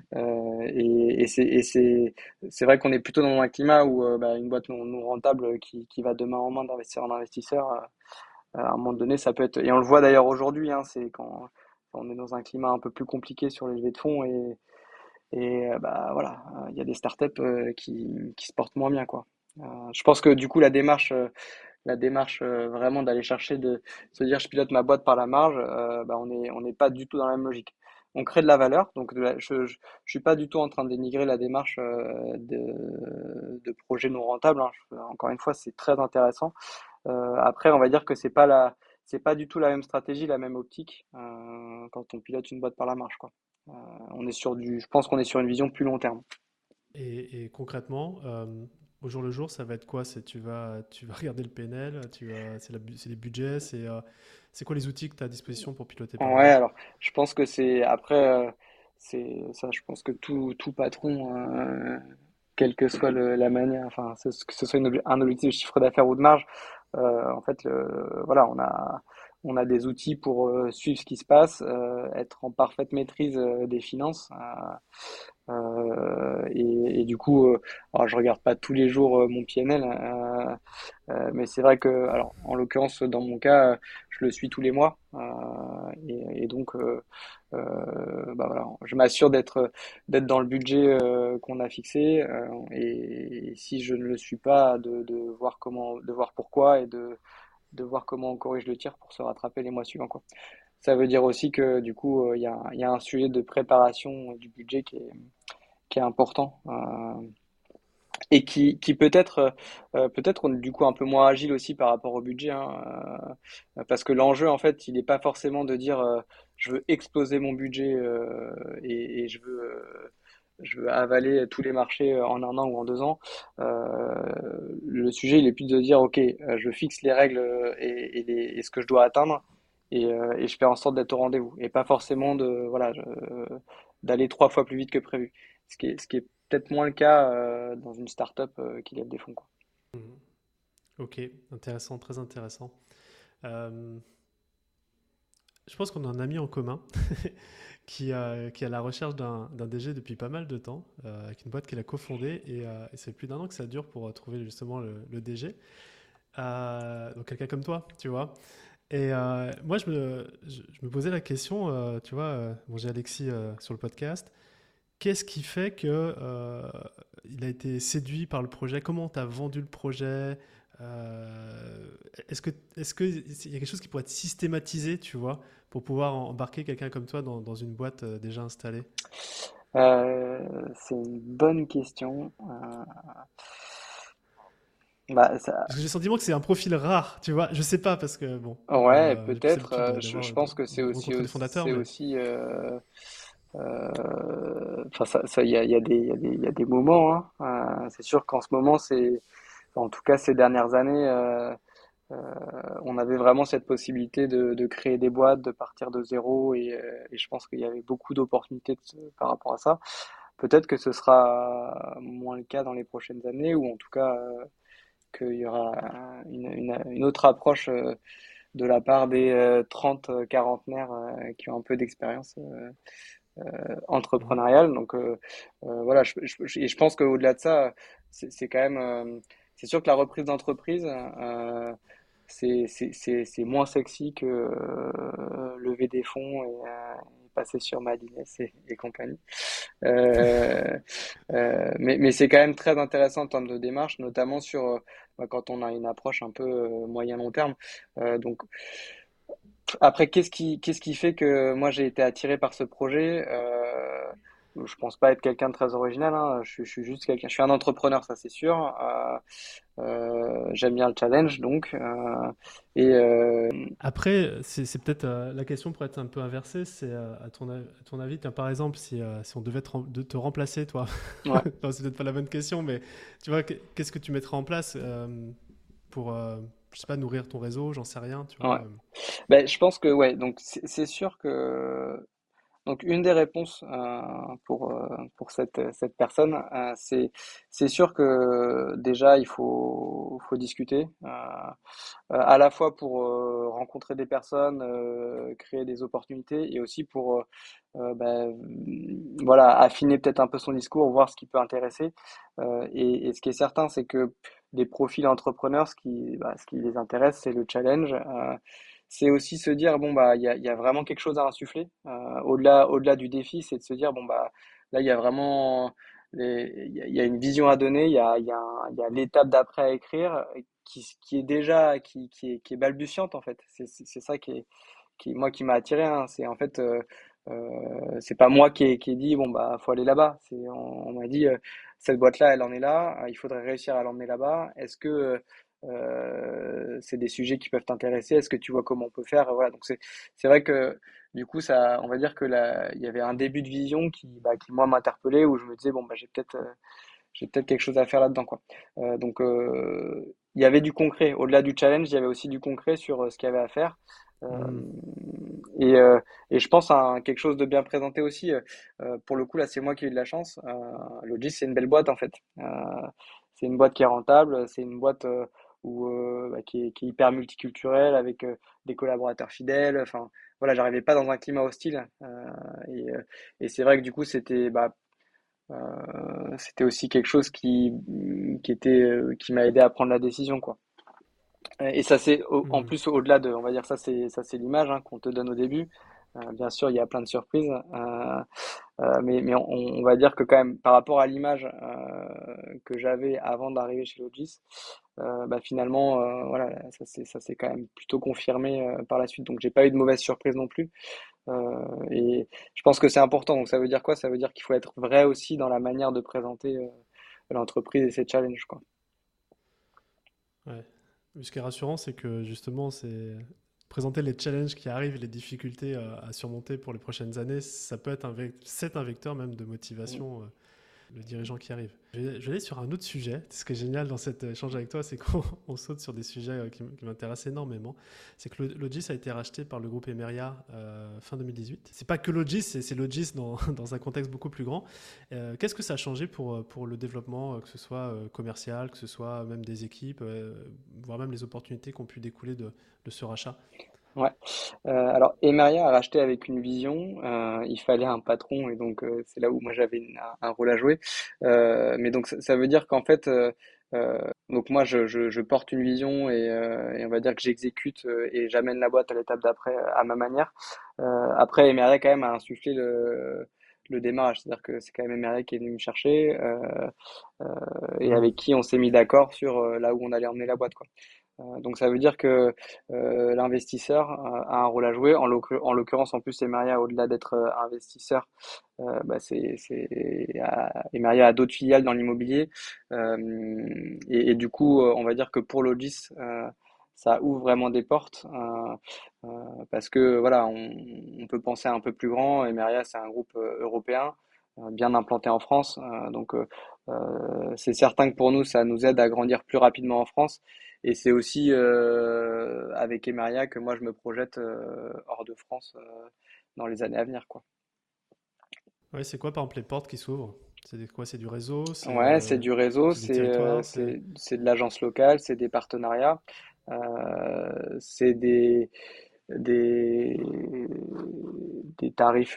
A: C'est vrai qu'on est plutôt dans un climat où bah, une boîte non rentable qui va de main en main d'investisseur en investisseur, à un moment donné, ça peut être. Et on le voit d'ailleurs aujourd'hui, hein, c'est quand on est dans un climat un peu plus compliqué sur les levées de fonds et bah voilà, il y a des startups qui se portent moins bien, quoi. Je pense que du coup, la démarche vraiment d'aller chercher de se dire je pilote ma boîte par la marge, bah, on n'est pas du tout dans la même logique. On crée de la valeur, donc je suis pas du tout en train de dénigrer la démarche de projets non rentables, hein. Encore une fois, c'est très intéressant. Après, on va dire que c'est pas du tout la même stratégie, la même optique quand on pilote une boîte par la marge, quoi. On est je pense qu'on est sur une vision plus long terme.
B: Et concrètement, au jour le jour, ça va être quoi? Tu vas regarder le PNL, c'est les budgets, c'est quoi les outils que tu as à disposition pour piloter par la
A: Ouais,
B: marge?
A: alors je pense que c'est après c'est ça, je pense que tout patron, quelle que soit la manière, enfin que ce soit un objectif de chiffre d'affaires ou de marge, en fait voilà, on a des outils pour suivre ce qui se passe, être en parfaite maîtrise des finances. Et du coup, alors je regarde pas tous les jours mon PNL, mais c'est vrai que, alors en l'occurrence dans mon cas, je le suis tous les mois, et donc bah voilà, je m'assure d'être dans le budget qu'on a fixé, et si je ne le suis pas, de voir comment, de voir pourquoi et de voir comment on corrige le tir pour se rattraper les mois suivants, quoi. Ça veut dire aussi que du coup, il y a un sujet de préparation du budget qui est important, et qui peut-être peut-être on est du coup un peu moins agile aussi par rapport au budget, hein, parce que l'enjeu en fait il n'est pas forcément de dire je veux exploser mon budget et je veux avaler tous les marchés en un an ou en 2 ans. Le sujet il est plus de dire ok, je fixe les règles et ce que je dois atteindre et je fais en sorte d'être au rendez-vous et pas forcément d'aller 3 fois plus vite que prévu. Ce qui est peut-être moins le cas dans une start-up qui lève des fonds, quoi.
B: Mhm. Ok, intéressant, très intéressant. Euh, je pense qu'on a un ami en commun qui est à la recherche d'un DG depuis pas mal de temps, avec une boîte qu'il a cofondée, et c'est plus d'un an que ça dure pour trouver justement le DG. Donc quelqu'un comme toi, tu vois. Et moi, je me posais la question, tu vois, bon, j'ai Alexis sur le podcast. Qu'est-ce qui fait que il a été séduit par le projet? Comment tu as vendu le projet? Euh, est-ce que il y a quelque chose qui pourrait être systématisé, tu vois, pour pouvoir embarquer quelqu'un comme toi dans une boîte déjà installée?
A: C'est une bonne question. Bah,
B: Parce que j'ai le sentiment que c'est un profil rare, tu vois. Je sais pas parce que bon,
A: ouais,
B: j'ai plus
A: peut-être.
B: l'habitude
A: Je
B: d'avoir
A: pense que
B: de rencontrer des fondateurs,
A: c'est
B: mais
A: aussi. Enfin, il y a il y a des moments, hein. C'est sûr qu'en ce moment, en tout cas ces dernières années. Euh, on avait vraiment cette possibilité de créer des boîtes, de partir de zéro et je pense qu'il y avait beaucoup d'opportunités par rapport à ça. Peut-être que ce sera moins le cas dans les prochaines années ou en tout cas qu'il y aura une autre approche de la part des 30 quarantenaires qui ont un peu d'expérience
B: mhm,
A: entrepreneuriale. Donc voilà, et je pense qu'au-delà de ça, c'est quand même, c'est sûr que la reprise d'entreprise, c'est moins sexy que lever des fonds et passer sur Madines et compagnie. Euh, mais c'est quand même très intéressant en termes de démarche, notamment sur bah, quand on a une approche un peu moyen-long terme. Donc après, qu'est-ce qui fait que moi j'ai été attiré par ce projet? Je pense pas être quelqu'un de très original, hein. Je suis juste quelqu'un. Je suis un entrepreneur, ça c'est sûr. J'aime bien le challenge, donc. Et
B: après, c'est peut-être la question pourrait être un peu inversée. C'est à ton avis, tiens, par exemple, si on devait te remplacer, toi,
A: ouais,
B: non, c'est peut-être pas la bonne question, mais tu vois, qu'est-ce que tu mettrais en place pour, je sais pas, nourrir ton réseau, j'en sais rien, tu vois.
A: ouais. Ben, je pense que ouais. Donc c'est sûr que donc une des réponses pour cette personne, c'est sûr que déjà faut discuter à la fois pour rencontrer des personnes, créer des opportunités et aussi pour bah, voilà affiner peut-être un peu son discours, voir ce qui peut intéresser. Et ce qui est certain, c'est que des profils entrepreneurs, ce qui les intéresse, c'est le challenge. C'est aussi se dire bon bah il y a vraiment quelque chose à insuffler. Au-delà du défi, c'est de se dire bon bah là il y a vraiment il y a une vision à donner, il y a l'étape d'après à écrire qui est déjà qui est balbutiante en fait. C'est ça moi qui m'a attiré, hein. C'est en fait c'est pas moi qui ai dit bon bah faut aller là-bas. On m'a dit cette boîte-là elle en est là, il faudrait réussir à l'emmener là-bas. Est-ce que c'est des sujets qui peuvent t'intéresser? Est-ce que tu vois comment on peut faire? Voilà, donc c'est vrai que du coup ça, on va dire que là, il y avait un début de vision qui moi m'interpellait où je me disais bon bah j'ai peut-être quelque chose à faire là-dedans quoi. Donc il y avait du concret. Au-delà du challenge, il y avait aussi du concret sur ce qu'il y avait à faire. Euh,
B: Hmm.
A: et, euh, et je pense à quelque chose de bien présenté aussi. Pour le coup, là, c'est moi qui ai eu de la chance. Logis, c'est une belle boîte en fait. C'est une boîte qui est rentable. C'est une boîte qui est hyper multiculturel avec des collaborateurs fidèles. Enfin, voilà, j'arrivais pas dans un climat hostile. Et c'est vrai que du coup, c'était aussi quelque chose qui m'a aidé à prendre la décision, quoi. Et ça, c'est en
B: Mhm.
A: plus au-delà de, on va dire ça, c'est l'image hein, qu'on te donne au début. Bien sûr, il y a plein de surprises. Mais on va dire que quand même, par rapport à l'image que j'avais avant d'arriver chez Logis, finalement, voilà, ça s'est quand même plutôt confirmé par la suite. Donc, j'ai pas eu de mauvaise surprise non plus. Et je pense que c'est important. Donc, ça veut dire quoi? Ça veut dire qu'il faut être vrai aussi dans la manière de présenter l'entreprise et ses challenges, quoi.
B: Ouais. Ce qui est rassurant, c'est que justement, c'est présenter les challenges qui arrivent, les difficultés à surmonter pour les prochaines années, ça peut être c'est un vecteur même de
A: Mm.
B: motivation le dirigeant qui arrive. Je vais aller sur un autre sujet. Ce qui est génial dans cet échange avec toi, c'est qu'on on saute sur des sujets qui m'intéressent énormément. C'est que Logis a été racheté par le groupe Emeria fin 2018. C'est pas que Logis, c'est Logis dans un contexte beaucoup plus grand. Qu'est-ce que ça a changé pour le développement, que ce soit commercial, que ce soit même des équipes, voire même les opportunités qui ont pu découler de ce rachat?
A: Ouais. Alors, Emeria a racheté avec une vision. Il fallait un patron et donc c'est là où moi j'avais un rôle à jouer. Mais donc ça veut dire qu'en fait, donc moi je porte une vision et on va dire que j'exécute et j'amène la boîte à l'étape d'après à ma manière. Après, Emeria quand même a insufflé le démarrage, c'est-à-dire que c'est quand même Emeria qui est venu me chercher euh, et
B: Mhm.
A: avec qui on s'est mis d'accord sur là où on allait emmener la boîte, quoi. Donc ça veut dire que l'investisseur a un rôle à jouer. En l'occurrence, en plus, Emeria, au-delà d'être investisseur, Emeria a d'autres filiales dans l'immobilier. Et du coup, on va dire que pour Logis, ça ouvre vraiment des portes parce que voilà, on peut penser un peu plus grand. Emeria, c'est un groupe européen bien implanté en France. C'est certain que pour nous, ça nous aide à grandir plus rapidement en France. Et c'est aussi avec Emeria que moi je me projette hors de France dans les années à venir, quoi.
B: Ouais, c'est quoi par exemple les portes qui s'ouvrent? Quoi? C'est du réseau?
A: Ouais, c'est du réseau,
B: C'est des territoires?
A: c'est de l'agence locale, c'est des partenariats, c'est des, des tarifs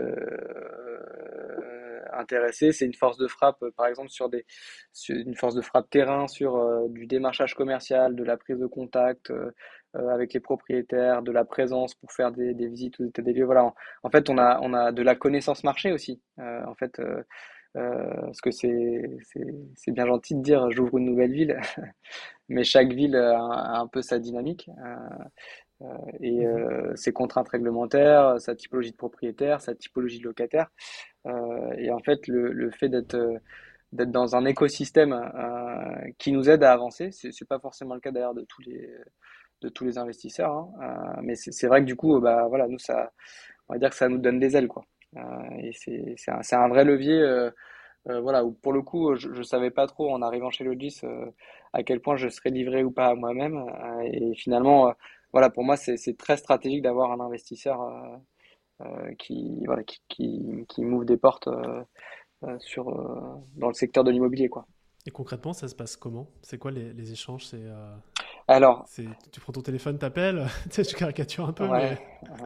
A: intéressés. C'est une force de frappe, par exemple, sur une force de frappe terrain, sur du démarchage commercial, de la prise de contact avec les propriétaires, de la présence pour faire des visites aux états des lieux. Voilà. En fait, on a de la connaissance marché aussi. En fait, parce que c'est bien gentil de dire j'ouvre une nouvelle ville, mais chaque ville a un peu sa dynamique. Et
B: Mhm.
A: ses contraintes réglementaires, sa typologie de propriétaire, sa typologie de locataire. Et en fait, le fait d'être dans un écosystème qui nous aide à avancer, c'est pas forcément le cas d'ailleurs de tous les investisseurs, hein, mais c'est vrai que du coup, voilà, nous ça, on va dire que ça nous donne des ailes, quoi. Et c'est un vrai levier. Voilà, où pour le coup, je savais pas trop en arrivant chez Logis à quel point je serais livré ou pas à moi-même. Et finalement, voilà, pour moi, c'est très stratégique d'avoir un investisseur voilà, qui m'ouvre des portes dans le secteur de l'immobilier, quoi.
B: Et concrètement, ça se passe comment? C'est quoi les échanges?
A: Alors,
B: Tu prends ton téléphone, t'appelles? Tu sais, je caricature un peu,
A: ouais,
B: mais.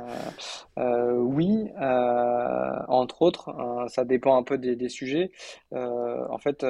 A: oui, entre autres, ça dépend un peu des sujets. En fait,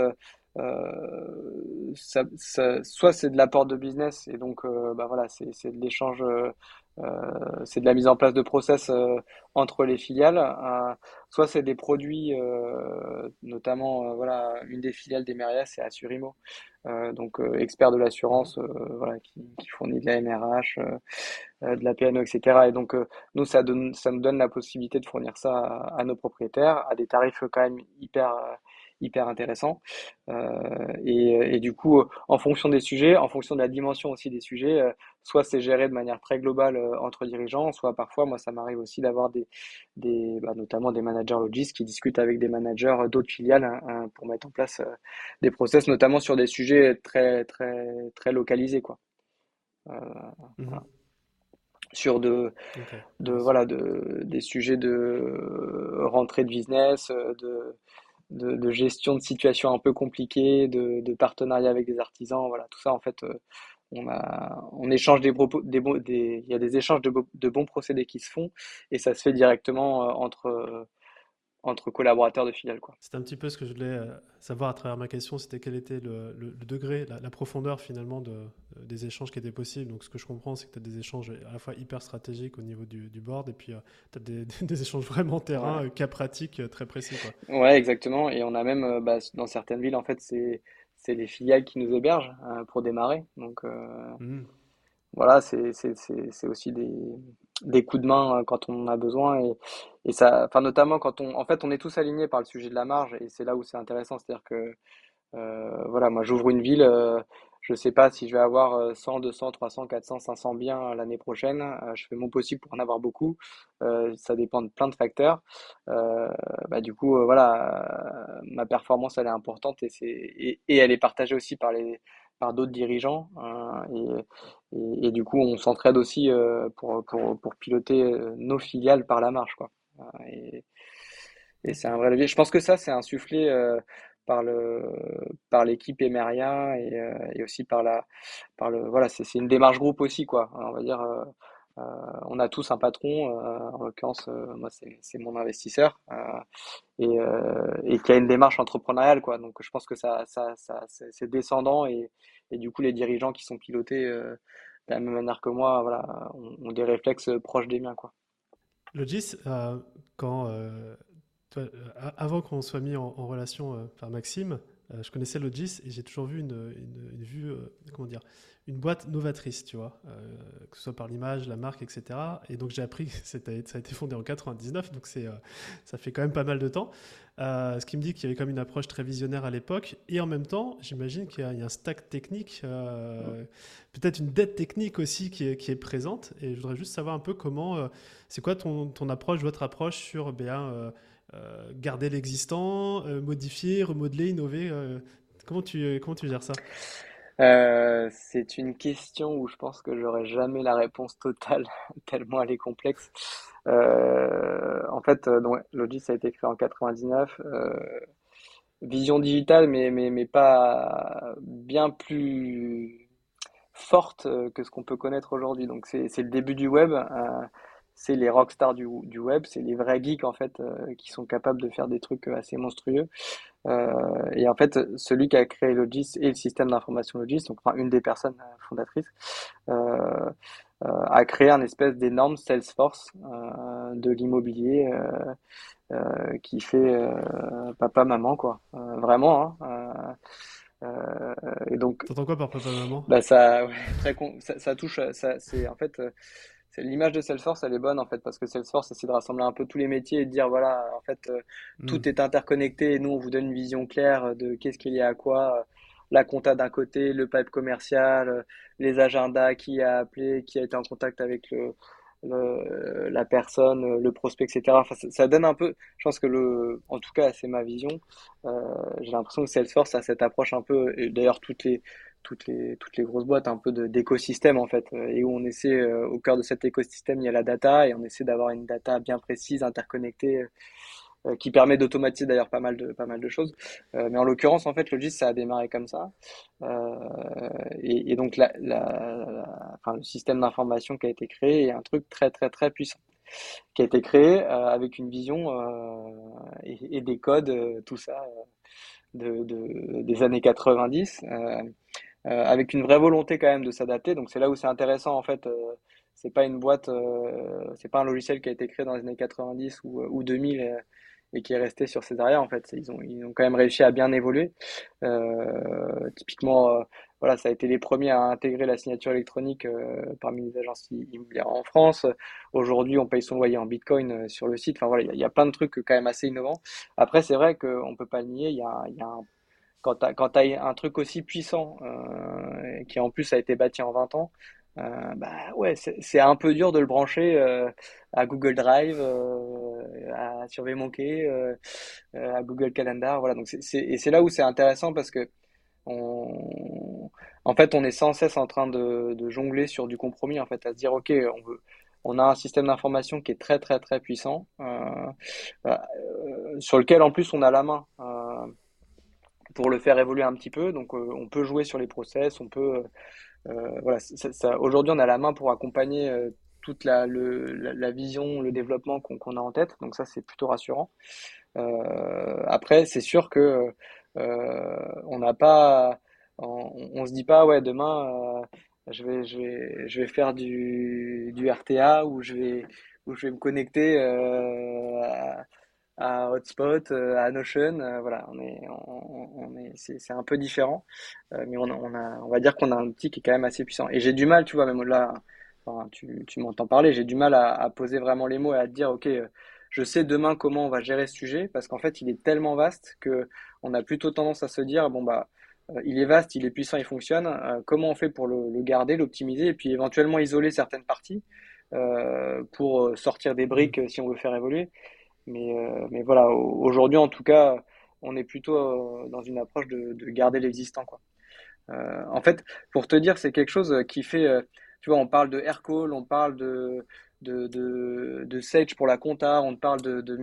A: soit c'est de l'apport de business et donc voilà, c'est de l'échange, c'est de la mise en place de process entre les filiales. Soit c'est des produits, notamment voilà, une des filiales d'Emeria, c'est Assurimo, donc expert de
B: Mhm.
A: l'assurance, voilà, qui fournit de la MRH. De la PNO, etc. Et donc, nous, ça nous donne la possibilité de fournir ça à nos propriétaires à des tarifs quand même hyper intéressants. Et du coup, en fonction des sujets, en fonction de la dimension aussi des sujets, soit c'est géré de manière très globale entre dirigeants, soit parfois, moi, ça m'arrive aussi d'avoir notamment des managers logis qui discutent avec des managers d'autres filiales hein, pour mettre en place des process, notamment sur des sujets très, très, très localisés, quoi. Euh,
B: Mhm.
A: voilà. Sur
B: Ok. Ouais,
A: voilà, des sujets de rentrée de business, de gestion de situations un peu compliquées, de partenariat avec des artisans, voilà, tout ça en fait, on échange il y a des échanges de bons procédés qui se font et ça se fait directement entre collaborateurs de filiales, quoi.
B: C'est un petit peu ce que je voulais savoir à travers ma question, c'était quel était le degré, la profondeur finalement des échanges qui étaient possibles. Donc ce que je comprends, c'est que tu as des échanges à la fois hyper stratégiques au niveau du board, et puis tu as des échanges vraiment terrain,
A: Ouais.
B: cas pratiques, très précis, quoi.
A: Ouais, exactement. Et on a même, dans certaines villes, en fait, c'est les filiales qui nous hébergent pour démarrer. Donc,
B: Mhm.
A: voilà, c'est aussi des coups de main quand on en a besoin et ça, enfin notamment quand en fait, on est tous alignés par le sujet de la marge et c'est là où c'est intéressant, c'est-à-dire que voilà, moi j'ouvre une ville, je sais pas si je vais avoir 100, 200, 300, 400, 500 biens l'année prochaine. Je fais mon possible pour en avoir beaucoup. Ça dépend de plein de facteurs. Euh, du coup, voilà, ma performance elle est importante et elle est partagée aussi par d'autres dirigeants. Et du coup, on s'entraide aussi pour piloter nos filiales par la marche, quoi. Et, et c'est
B: Ok.
A: un vrai levier. Je pense que ça, c'est insufflé par par l'équipe Emeria et aussi voilà, c'est une démarche groupe aussi, quoi. On va dire, on a tous un patron, en l'occurrence, moi, c'est mon investisseur, et qui a une démarche entrepreneuriale, quoi. Donc, je pense que c'est descendant et du coup, les dirigeants qui sont pilotés de la même manière que moi, voilà, ont des réflexes proches des miens, quoi.
B: Logis, quand, toi, avant qu'on soit mis en relation par Maxime, je connaissais Logis et j'ai toujours vu une vue, comment dire, une boîte novatrice, tu vois, que ce soit par l'image, la marque, etc. Et donc j'ai appris que ça a été fondé en 99, donc ça fait quand même pas mal de temps. Ce qui me dit qu'il y avait quand même une approche très visionnaire à l'époque. Et en même temps, j'imagine qu'il y a un stack technique, peut-être une dette technique aussi qui est présente. Et je voudrais juste savoir un peu comment, c'est quoi ton approche, votre approche sur garder l'existant, modifier, remodeler, innover, comment tu gères ça?
A: C'est une question où je pense que j'aurai jamais la réponse totale, tellement elle est complexe. En fait, donc, ouais, Logis a été créé en 99. Vision digitale, mais pas bien plus forte que ce qu'on peut connaître aujourd'hui. Donc c'est le début du web, c'est les rockstars du web, c'est les vrais geeks en fait qui sont capables de faire des trucs assez monstrueux. Et en fait, celui qui a créé Logis et le système d'information Logis, donc enfin, une des personnes fondatrices, euh, a créé un espèce d'énorme Salesforce de l'immobilier qui fait papa maman quoi. Vraiment. Hein. Et donc
B: T'entends quoi par papa maman?
A: ça ouais, ça touche c'est en fait c'est l'image de Salesforce, elle est bonne en fait parce que Salesforce essaie de rassembler un peu tous les métiers et de dire voilà en fait
B: Hmm.
A: tout est interconnecté et nous on vous donne une vision claire de qu'est-ce qu'il y a à quoi, la compta d'un côté, le pipe commercial, les agendas, qui a appelé, qui a été en contact avec la personne, le prospect, etc. Enfin, ça donne un peu, je pense que en tout cas c'est ma vision. J'ai l'impression que Salesforce a cette approche un peu, et d'ailleurs toutes les grosses boîtes un peu d'écosystème en fait, et où on essaie au cœur de cet écosystème il y a la data et on essaie d'avoir une data bien précise, interconnectée, qui permet d'automatiser d'ailleurs pas mal de choses. Mais en l'occurrence en fait Logis ça a démarré comme ça. Et donc enfin, le système d'information qui a été créé est un truc très puissant qui a été créé avec une vision et des codes, tout ça des années 90. Avec une vraie volonté quand même de s'adapter. Donc c'est là où c'est intéressant en fait. C'est pas une boîte, c'est pas un logiciel qui a été créé dans les années 90 ou 2000 et qui est resté sur ses arrières en fait. Ils ont quand même réussi à bien évoluer. Typiquement, voilà, ça a été les premiers à intégrer la signature électronique parmi les agences immobilières en France. Aujourd'hui, on paye son loyer en Bitcoin sur le site. Enfin voilà, il y a plein de trucs quand même assez innovants. Après, c'est vrai qu'on peut pas le nier. Il y a quand t'as un truc aussi puissant, qui en plus a été bâti en 20 ans, bah ouais, c'est un peu dur de le brancher à Google Drive, à Survey Monkey, à Google Calendar. Voilà, donc et c'est là où c'est intéressant parce que on, en fait, on est sans cesse en train de jongler sur du compromis, en fait, à se dire, ok, on a un système d'information qui est très puissant, sur lequel en plus on a la main. Pour le faire évoluer un petit peu. Donc, on peut jouer sur les process, Voilà, aujourd'hui, on a la main pour accompagner toute la vision, le développement qu'on a en tête. Donc ça, c'est plutôt rassurant. Après, c'est sûr que on n'a pas, on se dit pas, ouais, demain, je vais faire du RTA ou je vais me connecter à Hotspot, à Notion. Voilà, c'est un peu différent, mais on va dire qu'on a un outil qui est quand même assez puissant. Et j'ai du mal, tu vois, même là, enfin, tu m'entends parler, j'ai du mal à poser vraiment les mots et à te dire, ok, je sais demain comment on va gérer ce sujet, parce qu'en fait, il est tellement vaste que on a plutôt tendance à se dire, bon bah, il est vaste, il est puissant, il fonctionne. Comment on fait pour le garder, l'optimiser, et puis éventuellement isoler certaines parties pour sortir des
B: Mm.
A: briques si on veut faire évoluer. Mais voilà, aujourd'hui en tout cas, on est plutôt dans une approche de garder l'existant, quoi. En fait, pour te dire, c'est quelque chose qui fait, tu vois, on parle de Aircall, on parle de Sage pour la compta, on parle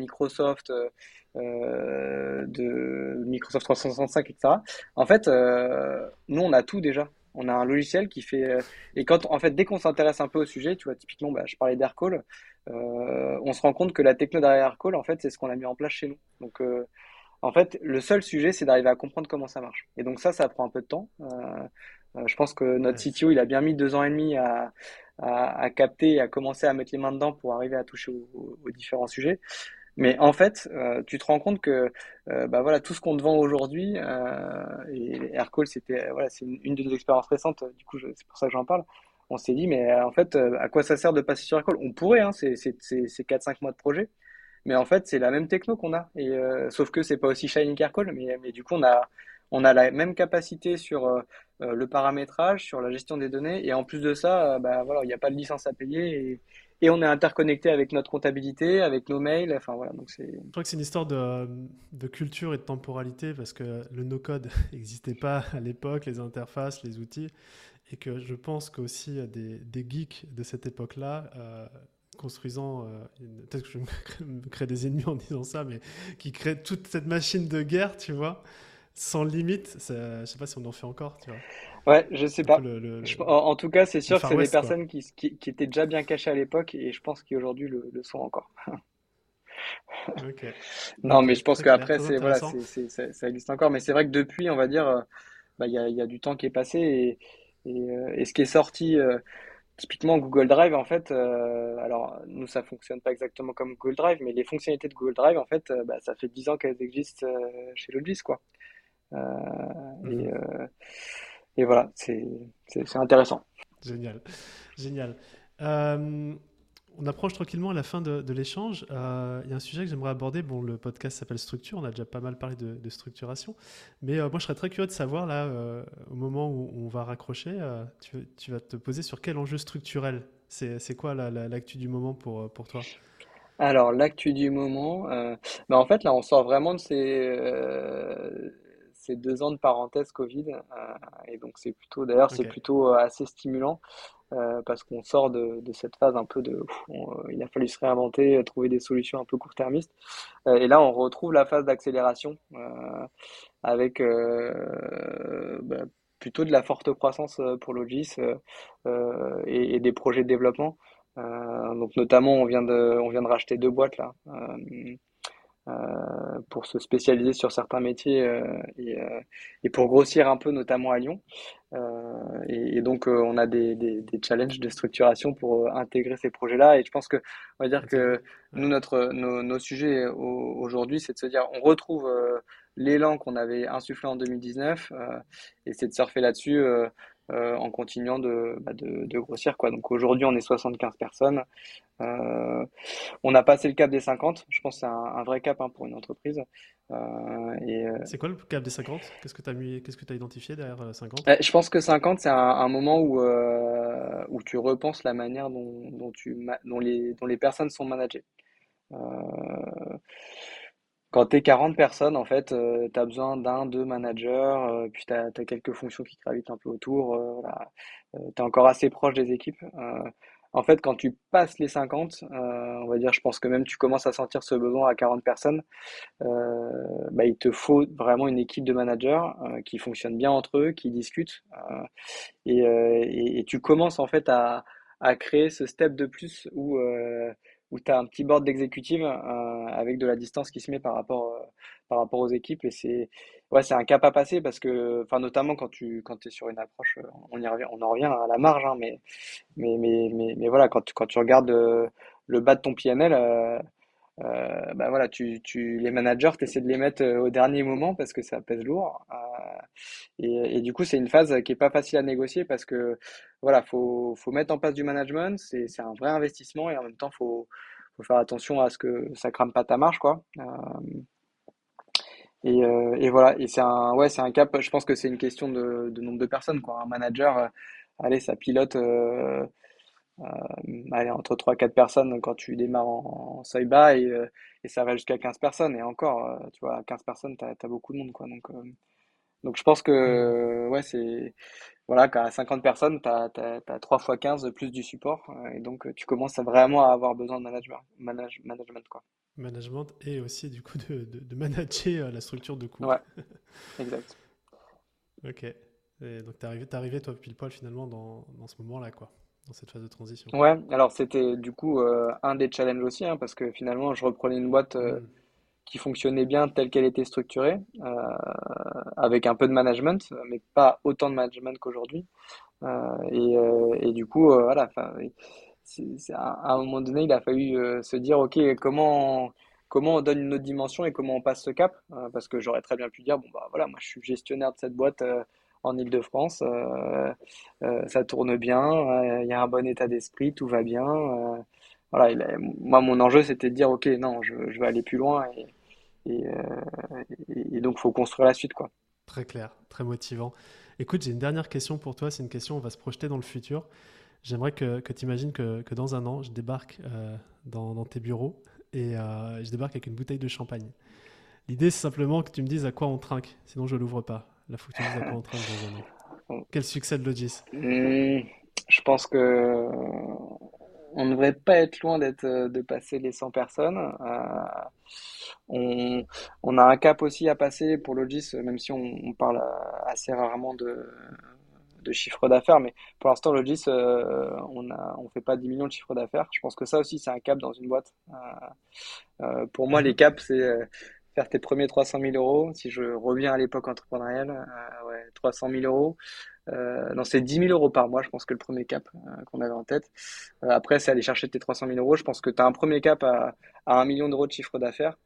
A: de Microsoft 365, etc. En fait, nous, on a tout déjà. On a un logiciel qui fait, et quand, en fait, dès qu'on s'intéresse un peu au sujet, tu vois, typiquement, bah, je parlais d'Aircall, on se rend compte que la techno derrière Aircall, en fait, c'est ce qu'on a mis en place chez nous. Donc, en fait, le seul sujet, c'est d'arriver à comprendre comment ça marche. Et donc ça prend un peu de temps. Je pense que notre
B: Ouais,
A: CTO, il a bien mis 2 ans et demi à capter et à commencer à mettre les mains dedans pour arriver à toucher aux différents sujets. Mais en fait, tu te rends compte que bah voilà, tout ce qu'on te vend aujourd'hui, et Aircall, c'était voilà, c'est une de nos expériences récentes, du coup, c'est pour ça que j'en parle. On s'est dit, mais en fait, à quoi ça sert de passer sur Aircall? On pourrait, hein, c'est 4-5 mois de projet. Mais en fait, c'est la même techno qu'on a. Et, sauf que c'est pas aussi shiny qu'Aircall, mais du coup, on a la même capacité sur le paramétrage, sur la gestion des données. Et en plus de ça, bah, voilà, il n'y a pas de licence à payer. Et on est interconnecté avec notre comptabilité, avec nos mails. Enfin, voilà, donc c'est.
B: je crois que c'est une histoire de culture et de temporalité parce que le no-code n'existait pas à l'époque, les interfaces, les outils, et que je pense qu'aussi des geeks de cette époque-là, construisant, peut-être que je me crée des ennemis en disant ça, mais qui créent toute cette machine de guerre, tu vois, sans limite. Je sais pas si on en fait encore, tu vois.
A: Ouais, je sais
B: Un peu
A: pas. En tout cas, c'est
B: le
A: sûr que
B: Far
A: c'est des
B: West, quoi.
A: personnes qui étaient déjà bien cachées à l'époque et je pense qu'aujourd'hui le sont encore.
B: Ok,
A: Non, mais je
B: ok,
A: pense
B: très clair,
A: qu'après,
B: très
A: voilà,
B: intéressant.
A: ça existe encore. Mais c'est vrai que depuis, on va dire, bah, il y a du temps qui est passé et ce qui est sorti, typiquement Google Drive, en fait, alors nous, ça fonctionne pas exactement comme Google Drive, mais les fonctionnalités de Google Drive, en fait, bah, ça fait 10 ans qu'elles existent chez Logis, quoi. Euh, et,
B: Mhm.
A: euh, et voilà, c'est intéressant.
B: Génial, génial. Euh, on approche tranquillement à la fin de l'échange. Il y a un sujet que j'aimerais aborder. Bon, le podcast s'appelle Structure. On a déjà pas mal parlé de structuration. Mais moi, je serais très curieux de savoir, là, au moment où on va raccrocher, tu vas te poser sur quel enjeu structurel. C'est quoi l'actu du moment pour toi?
A: Alors, l'actu du moment, bah, en fait, là, on sort vraiment de ces 2 ans de parenthèse Covid, et donc d'ailleurs, c'est
B: Ok.
A: plutôt assez stimulant, parce qu'on sort de cette phase un peu il a fallu se réinventer, trouver des solutions un peu court-termistes, et là, on retrouve la phase d'accélération, avec bah, plutôt de la forte croissance pour Logis, et des projets de développement. Donc notamment, on vient de racheter 2 boîtes là, pour se spécialiser sur certains métiers, et pour grossir un peu, notamment à Lyon. Et donc, on a des challenges de structuration pour intégrer ces projets-là. Et je pense que, on va dire
B: Intégrer.
A: que nous,
B: Ouais.
A: nos sujets aujourd'hui, c'est de se dire, on retrouve l'élan qu'on avait insufflé en 2019, et c'est de surfer là-dessus en continuant de grossir, quoi. Donc aujourd'hui, on est 75 personnes. Euh, on a passé le cap des 50. Je pense que c'est un vrai cap, hein, pour une entreprise. Et
B: C'est quoi le cap des 50? Qu'est-ce que tu as identifié derrière 50?
A: je pense que 50, c'est un moment où tu repenses la manière dont les personnes sont managées. Euh, Quand tu es 40 personnes, en fait, tu as besoin d'un, deux managers, puis tu as quelques fonctions qui gravitent un peu autour. Voilà. Tu es encore assez proche des équipes. En fait, quand tu passes les 50, on va dire, je pense que même tu commences à sentir ce besoin à 40 personnes, bah, il te faut vraiment une équipe de managers qui fonctionnent bien entre eux, qui discutent, et tu commences en fait à créer ce step de plus où tu as un petit board d'exécutive avec de la distance qui se met par rapport aux équipes. Et ouais, c'est un cap à passer parce que, enfin, notamment quand tu es sur une approche, on en revient à la marge, hein, mais voilà, quand tu regardes le bas de ton PNL, bah voilà, les managers, tu essaies de les mettre au dernier moment parce que ça pèse lourd. Et du coup, c'est une phase qui est pas facile à négocier parce que voilà, faut mettre en place du management, c'est un vrai investissement et en même temps, faut faire attention à ce que ça crame pas ta marge, quoi. Et voilà, et ouais, c'est un cap, je pense que c'est une question de nombre de personnes, quoi. Un manager, allez, ça pilote. Allez, entre 3 4 personnes quand tu démarres en seuil bas et ça va jusqu'à 15 personnes. Et encore, tu vois, à 15 personnes, t'as beaucoup de monde, quoi. Donc je pense
B: Hmm.
A: que, ouais, voilà, qu'à 50 personnes, t'as 3 fois 15 plus du support. Et donc, tu commences à vraiment à avoir besoin de management, quoi.
B: Management et aussi du coup de manager la structure de coût.
A: Ouais, exact.
B: Ok. Et donc t'es arrivé toi pile poil finalement dans ce moment-là, quoi, dans cette phase de transition.
A: Ouais, alors c'était du coup un des challenges aussi, hein, parce que finalement, je reprenais une boîte
B: Hmm.
A: qui fonctionnait bien telle qu'elle était structurée, avec un peu de management, mais pas autant de management qu'aujourd'hui. Et du coup, voilà, enfin, à un moment donné, il a fallu se dire, OK, comment on donne une autre dimension et comment on passe ce cap? Parce que j'aurais très bien pu dire, bon, bah voilà, moi je suis gestionnaire de cette boîte en Île-de-France, ça tourne bien, il y a un bon état d'esprit, tout va bien. Voilà, moi, mon enjeu, c'était de dire, OK, non, je vais aller plus loin et, euh, et donc, faut construire la suite, quoi.
B: Très clair, très motivant. Écoute, j'ai une dernière question pour toi. C'est une question, on va se projeter dans le futur. J'aimerais que tu imagines que dans un an, je débarque dans tes bureaux et je débarque avec une bouteille de champagne. L'idée, c'est simplement que tu me dises à quoi on trinque, sinon je l'ouvre pas. Là, faut que tu me dises à quoi on trinque dans un an. Quel succès de Logis?
A: Hmm, je pense que on ne devrait pas être loin de passer les 100 personnes. On, on a un cap aussi à passer pour Logis, même si on parle assez rarement de chiffre d'affaires, mais pour l'instant, Logis, on fait pas 10 millions de chiffre d'affaires. Je pense que ça aussi, c'est un cap dans une boîte. Pour moi, les
B: Mhm.
A: caps, c'est faire tes premiers 300 000 euros. Si je reviens à l'époque entrepreneuriale, ouais, 300 000 euros. Non, c'est 10 000 euros par mois, je pense que le premier cap qu'on avait en tête. Après, c'est aller chercher tes 300 000 euros. Je pense que tu as un premier cap à 1 million d'euros de chiffre d'affaires.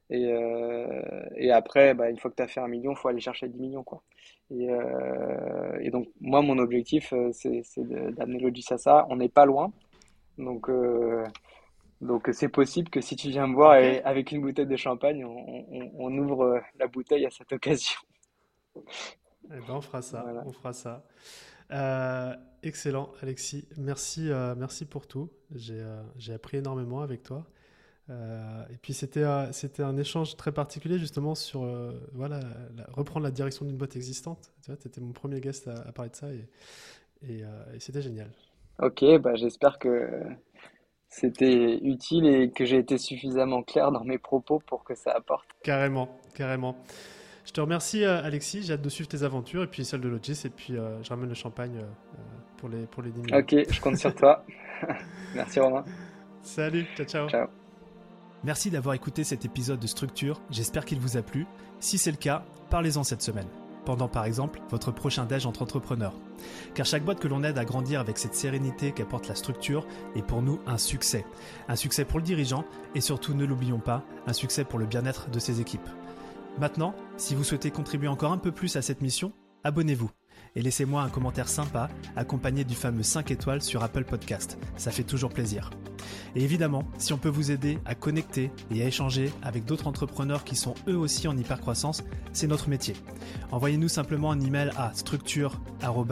A: Et après, bah, une fois que tu as fait 1 million, il faut aller chercher 10 millions, quoi. Et donc, moi, mon objectif, d'amener Logis à ça. On n'est pas loin. Donc, c'est possible que si tu viens me voir
B: Ok.
A: avec une bouteille de champagne, on ouvre la bouteille à cette occasion.
B: Eh ben, on fera ça,
A: Voilà.
B: on fera ça. Excellent, Alexis. Merci, merci pour tout. J'ai appris énormément avec toi. Et puis c'était un échange très particulier justement sur voilà, reprendre la direction d'une boîte existante. Tu vois, tu étais mon premier guest à parler de ça et c'était génial.
A: Ok, bah, j'espère que c'était utile et que j'ai été suffisamment clair dans mes propos pour que ça apporte.
B: Carrément, carrément. Je te remercie Alexis, j'ai hâte de suivre tes aventures et puis celle de Logis et puis je ramène le champagne pour les 10 millions.
A: Ok, je compte sur toi. Merci Romain.
B: Salut, ciao ciao.
A: Ciao.
C: Merci d'avoir écouté cet épisode de Structure, j'espère qu'il vous a plu. Si c'est le cas, parlez-en cette semaine, pendant par exemple votre prochain déj entre entrepreneurs. Car chaque boîte que l'on aide à grandir avec cette sérénité qu'apporte la structure est pour nous un succès. Un succès pour le dirigeant et surtout, ne l'oublions pas, un succès pour le bien-être de ses équipes. Maintenant, si vous souhaitez contribuer encore un peu plus à cette mission, abonnez-vous et laissez-moi un commentaire sympa accompagné du fameux 5 étoiles sur Apple Podcast. Ça fait toujours plaisir. Et évidemment, si on peut vous aider à connecter et à échanger avec d'autres entrepreneurs qui sont eux aussi en hypercroissance, c'est notre métier. Envoyez-nous simplement un email à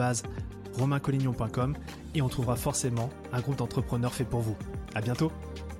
C: structure@romaincollignon.com et on trouvera forcément un groupe d'entrepreneurs fait pour vous. À bientôt.